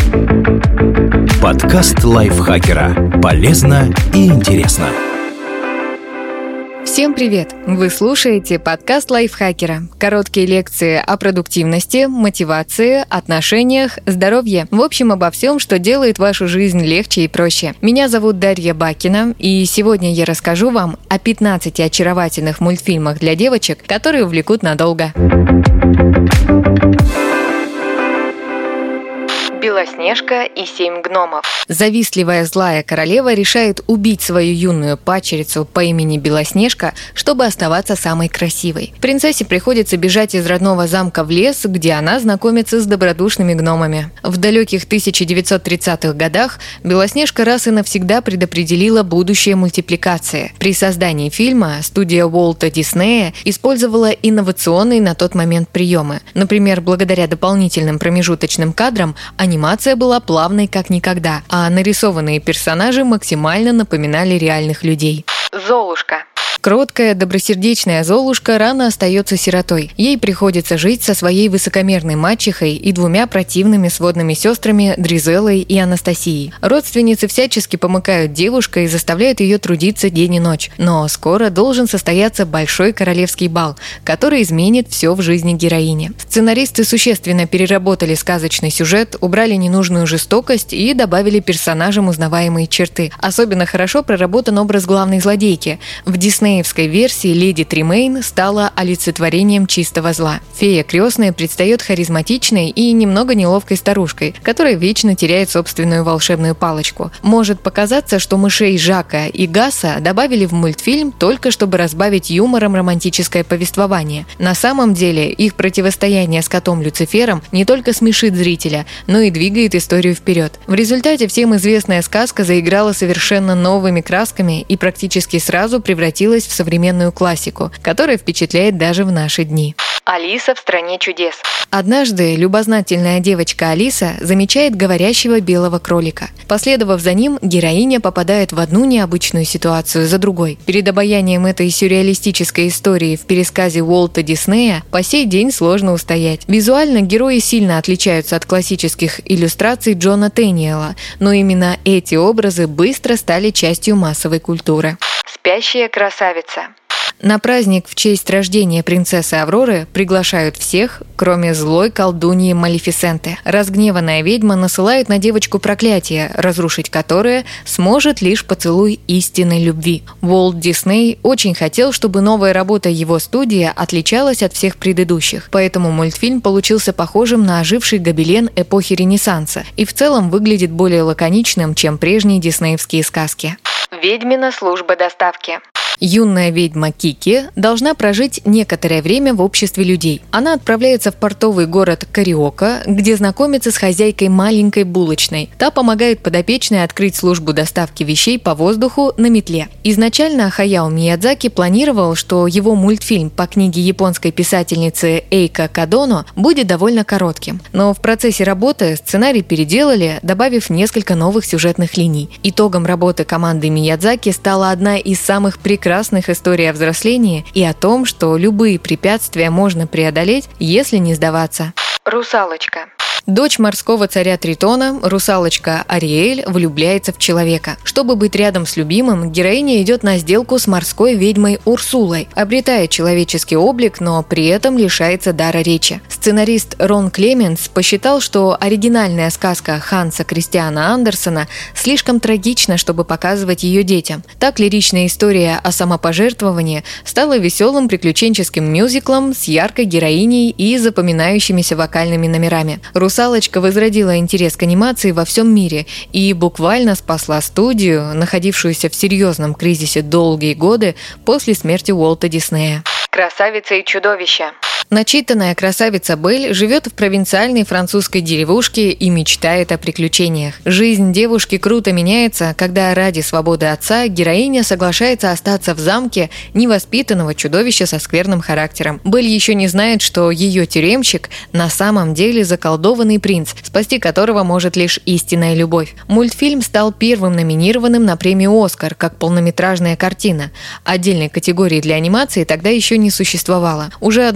Подкаст лайфхакера. Полезно и интересно. Всем привет! Вы слушаете подкаст лайфхакера. Короткие лекции о продуктивности, мотивации, отношениях, здоровье. В общем, обо всем, что делает вашу жизнь легче и проще. Меня зовут Дарья Бакина, и сегодня я расскажу вам о 15 очаровательных мультфильмах для девочек, которые увлекут надолго. Белоснежка и 7 гномов. Завистливая злая королева решает убить свою юную падчерицу по имени Белоснежка, чтобы оставаться самой красивой. Принцессе приходится бежать из родного замка в лес, где она знакомится с добродушными гномами. В далеких 1930-х годах Белоснежка раз и навсегда предопределила будущее мультипликации. При создании фильма студия Уолта Диснея использовала инновационные на тот момент приемы. Например, благодаря дополнительным промежуточным кадрам анимация была плавной как никогда, а нарисованные персонажи максимально напоминали реальных людей. Золушка. Кроткая, добросердечная Золушка рано остается сиротой. Ей приходится жить со своей высокомерной мачехой и двумя противными сводными сестрами Дризелой и Анастасией. Родственницы всячески помыкают девушкой и заставляют ее трудиться день и ночь. Но скоро должен состояться большой королевский бал, который изменит все в жизни героини. Сценаристы существенно переработали сказочный сюжет, убрали ненужную жестокость и добавили персонажам узнаваемые черты. Особенно хорошо проработан образ главной злодейки. В диснеевской версии леди Тримейн стала олицетворением чистого зла. Фея крестная предстает харизматичной и немного неловкой старушкой, которая вечно теряет собственную волшебную палочку. Может показаться, что мышей Жака и Гаса добавили в мультфильм только чтобы разбавить юмором романтическое повествование. На самом деле их противостояние с котом Люцифером не только смешит зрителя, но и двигает историю вперед. В результате всем известная сказка заиграла совершенно новыми красками и практически сразу превратилась в современную классику, которая впечатляет даже в наши дни. Алиса в стране чудес. Однажды любознательная девочка Алиса замечает говорящего белого кролика. Последовав за ним, героиня попадает в одну необычную ситуацию за другой. Перед обаянием этой сюрреалистической истории в пересказе Уолта Диснея по сей день сложно устоять. Визуально герои сильно отличаются от классических иллюстраций Джона Тэниела, но именно эти образы быстро стали частью массовой культуры. Спящая красавица. На праздник в честь рождения принцессы Авроры приглашают всех, кроме злой колдуньи Малефисенты. Разгневанная ведьма насылает на девочку проклятие, разрушить которое сможет лишь поцелуй истинной любви. Уолт Дисней очень хотел, чтобы новая работа его студии отличалась от всех предыдущих, поэтому мультфильм получился похожим на оживший гобелен эпохи Ренессанса и в целом выглядит более лаконичным, чем прежние диснеевские сказки. Ведьмина служба доставки. Юная ведьма Кики должна прожить некоторое время в обществе людей. Она отправляется в портовый город Кариока, где знакомится с хозяйкой маленькой булочной. Та помогает подопечной открыть службу доставки вещей по воздуху на метле. Изначально Хаяо Миядзаки планировал, что его мультфильм по книге японской писательницы Эйко Кадоно будет довольно коротким. Но в процессе работы сценарий переделали, добавив несколько новых сюжетных линий. Итогом работы команды Миядзаки стала одна из самых прекрасных историй о взрослении и о том, что любые препятствия можно преодолеть, если не сдаваться. Русалочка. Дочь морского царя Тритона, русалочка Ариэль, влюбляется в человека. Чтобы быть рядом с любимым, героиня идет на сделку с морской ведьмой Урсулой, обретает человеческий облик, но при этом лишается дара речи. Сценарист Рон Клеменс посчитал, что оригинальная сказка Ханса Кристиана Андерсена слишком трагична, чтобы показывать ее детям. Так лиричная история о самопожертвовании стала веселым приключенческим мюзиклом с яркой героиней и запоминающимися вокальными номерами. «Русалочка» возродила интерес к анимации во всем мире и буквально спасла студию, находившуюся в серьезном кризисе долгие годы после смерти Уолта Диснея. Красавица и чудовище. Начитанная красавица Белль живет в провинциальной французской деревушке и мечтает о приключениях. Жизнь девушки круто меняется, когда ради свободы отца героиня соглашается остаться в замке невоспитанного чудовища со скверным характером. Белль еще не знает, что ее тюремщик на самом деле заколдованный принц, спасти которого может лишь истинная любовь. Мультфильм стал первым номинированным на премию «Оскар» как полнометражная картина. Отдельной категории для анимации тогда еще не существовало. Уже одно это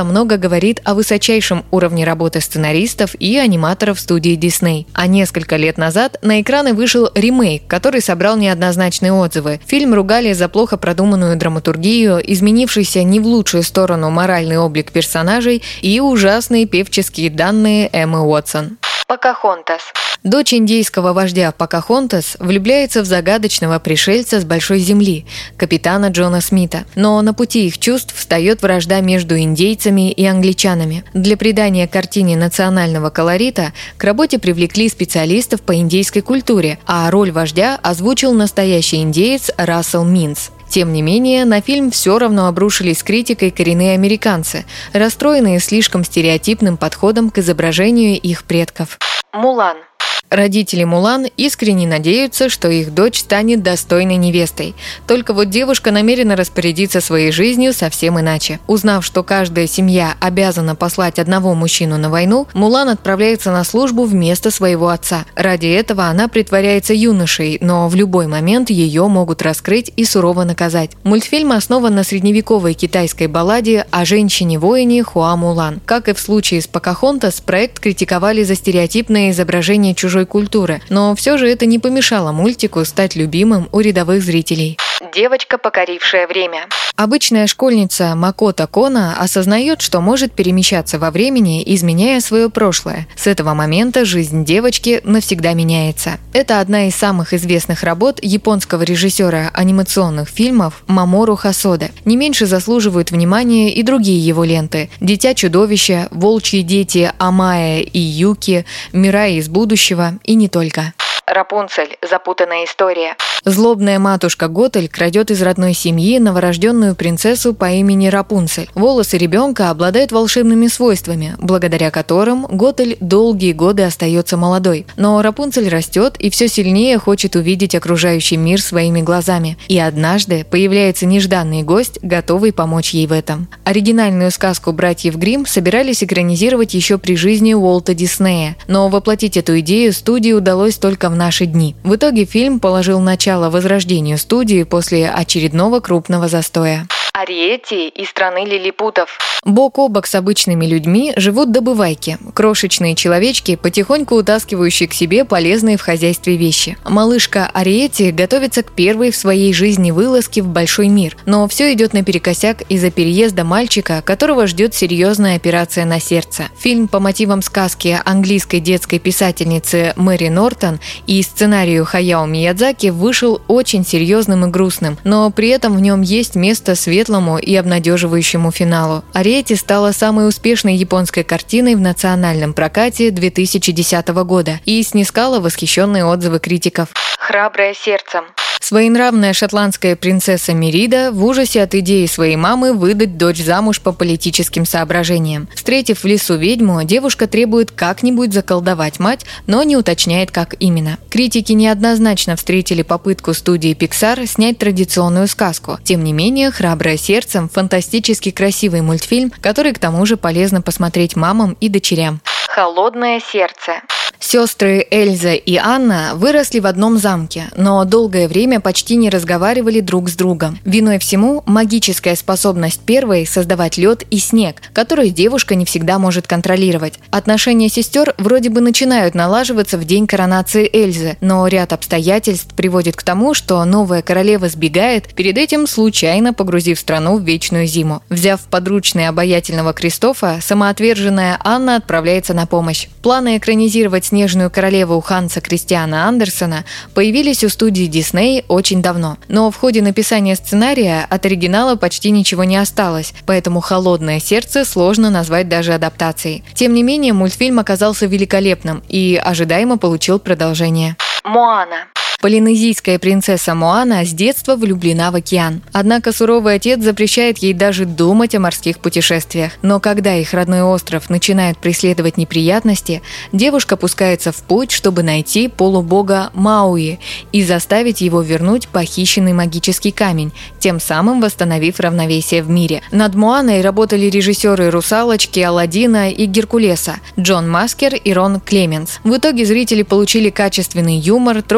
много говорит о высочайшем уровне работы сценаристов и аниматоров студии Disney. А несколько лет назад на экраны вышел ремейк, который собрал неоднозначные отзывы. Фильм ругали за плохо продуманную драматургию, изменившийся не в лучшую сторону моральный облик персонажей и ужасные певческие данные Эммы Уотсон. Покахонтас. Дочь индейского вождя Покахонтас влюбляется в загадочного пришельца с большой земли, капитана Джона Смита. Но на пути их чувств встает вражда между индейцами и англичанами. Для придания картине национального колорита к работе привлекли специалистов по индейской культуре, а роль вождя озвучил настоящий индеец Рассел Минс. Тем не менее, на фильм все равно обрушились критикой коренные американцы, расстроенные слишком стереотипным подходом к изображению их предков. Мулан. Родители Мулан искренне надеются, что их дочь станет достойной невестой. Только вот девушка намерена распорядиться своей жизнью совсем иначе. Узнав, что каждая семья обязана послать одного мужчину на войну, Мулан отправляется на службу вместо своего отца. Ради этого она притворяется юношей, но в любой момент ее могут раскрыть и сурово наказать. Мультфильм основан на средневековой китайской балладе о женщине-воине Хуа Мулан. Как и в случае с Покахонтас, проект критиковали за стереотипное изображение чужой культуры, но все же это не помешало мультику стать любимым у рядовых зрителей. Девочка, покорившая время. Обычная школьница Макото Кона осознает, что может перемещаться во времени, изменяя свое прошлое. С этого момента жизнь девочки навсегда меняется. Это одна из самых известных работ японского режиссера анимационных фильмов Мамору Хосода. Не меньше заслуживают внимания и другие его ленты: «Дитя-чудовище», «Волчьи дети» Амая и Юки, «Мирай из будущего» и не только. Рапунцель. Запутанная история. Злобная матушка Готель крадет из родной семьи новорожденную принцессу по имени Рапунцель. Волосы ребенка обладают волшебными свойствами, благодаря которым Готель долгие годы остается молодой. Но Рапунцель растет и все сильнее хочет увидеть окружающий мир своими глазами. И однажды появляется нежданный гость, готовый помочь ей в этом. Оригинальную сказку братьев Гримм собирались экранизировать еще при жизни Уолта Диснея, но воплотить эту идею студии удалось только в наши дни. В итоге фильм положил начало возрождению студии после очередного крупного застоя. Ариэтти из страны лилипутов. Бок о бок с обычными людьми живут добывайки, крошечные человечки, потихоньку утаскивающие к себе полезные в хозяйстве вещи. Малышка Ариэтти готовится к первой в своей жизни вылазке в большой мир, но все идет наперекосяк из-за переезда мальчика, которого ждет серьезная операция на сердце. Фильм по мотивам сказки английской детской писательницы Мэри Нортон и сценарию Хаяо Миядзаки вышел очень серьезным и грустным, но при этом в нем есть место светлому и обнадеживающему финалу. Ариэтти стала самой успешной японской картиной в национальном прокате 2010 года и снискала восхищенные отзывы критиков. Храбрая сердцем. Своенравная шотландская принцесса Мерида в ужасе от идеи своей мамы выдать дочь замуж по политическим соображениям. Встретив в лесу ведьму, девушка требует как-нибудь заколдовать мать, но не уточняет, как именно. Критики неоднозначно встретили попытку студии Pixar снять традиционную сказку. Тем не менее, «Храбрая сердцем» – фантастически красивый мультфильм, который к тому же полезно посмотреть мамам и дочерям. Холодное сердце. Сестры Эльза и Анна выросли в одном замке, но долгое время почти не разговаривали друг с другом. Виной всему магическая способность первой создавать лед и снег, который девушка не всегда может контролировать. Отношения сестер вроде бы начинают налаживаться в день коронации Эльзы, но ряд обстоятельств приводит к тому, что новая королева сбегает, перед этим случайно погрузив страну в вечную зиму. Взяв в подручные обаятельного Кристофа, самоотверженная Анна отправляется на помощь. Планы экранизировать «Снежную королеву» у Ханса Кристиана Андерсена появились у студии Disney очень давно. Но в ходе написания сценария от оригинала почти ничего не осталось, поэтому «Холодное сердце» сложно назвать даже адаптацией. Тем не менее, мультфильм оказался великолепным и ожидаемо получил продолжение. Моана. Полинезийская принцесса Моана с детства влюблена в океан. Однако суровый отец запрещает ей даже думать о морских путешествиях. Но когда их родной остров начинает преследовать неприятности, девушка пускается в путь, чтобы найти полубога Мауи и заставить его вернуть похищенный магический камень, тем самым восстановив равновесие в мире. Над Моаной работали режиссеры «Русалочки», «Аладдина» и «Геркулеса» Джон Маскер и Рон Клеменс. В итоге зрители получили качественный юмор, трогательный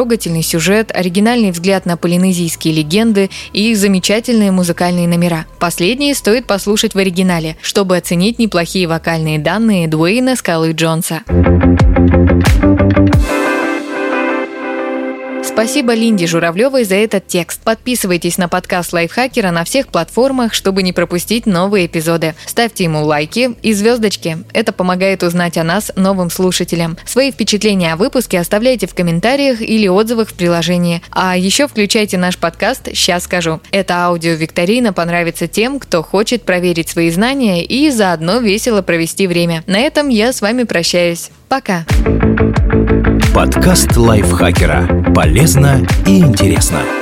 сюжет, оригинальный взгляд на полинезийские легенды и замечательные музыкальные номера. Последние стоит послушать в оригинале, чтобы оценить неплохие вокальные данные Дуэйна «Скалы» Джонса. Спасибо Линде Журавлевой за этот текст. Подписывайтесь на подкаст Лайфхакера на всех платформах, чтобы не пропустить новые эпизоды. Ставьте ему лайки и звездочки. Это помогает узнать о нас новым слушателям. Свои впечатления о выпуске оставляйте в комментариях или отзывах в приложении. А еще включайте наш подкаст «Щас скажу». Эта аудиовикторина понравится тем, кто хочет проверить свои знания и заодно весело провести время. На этом я с вами прощаюсь. Пока! Подкаст Лайфхакера. Полезно и интересно.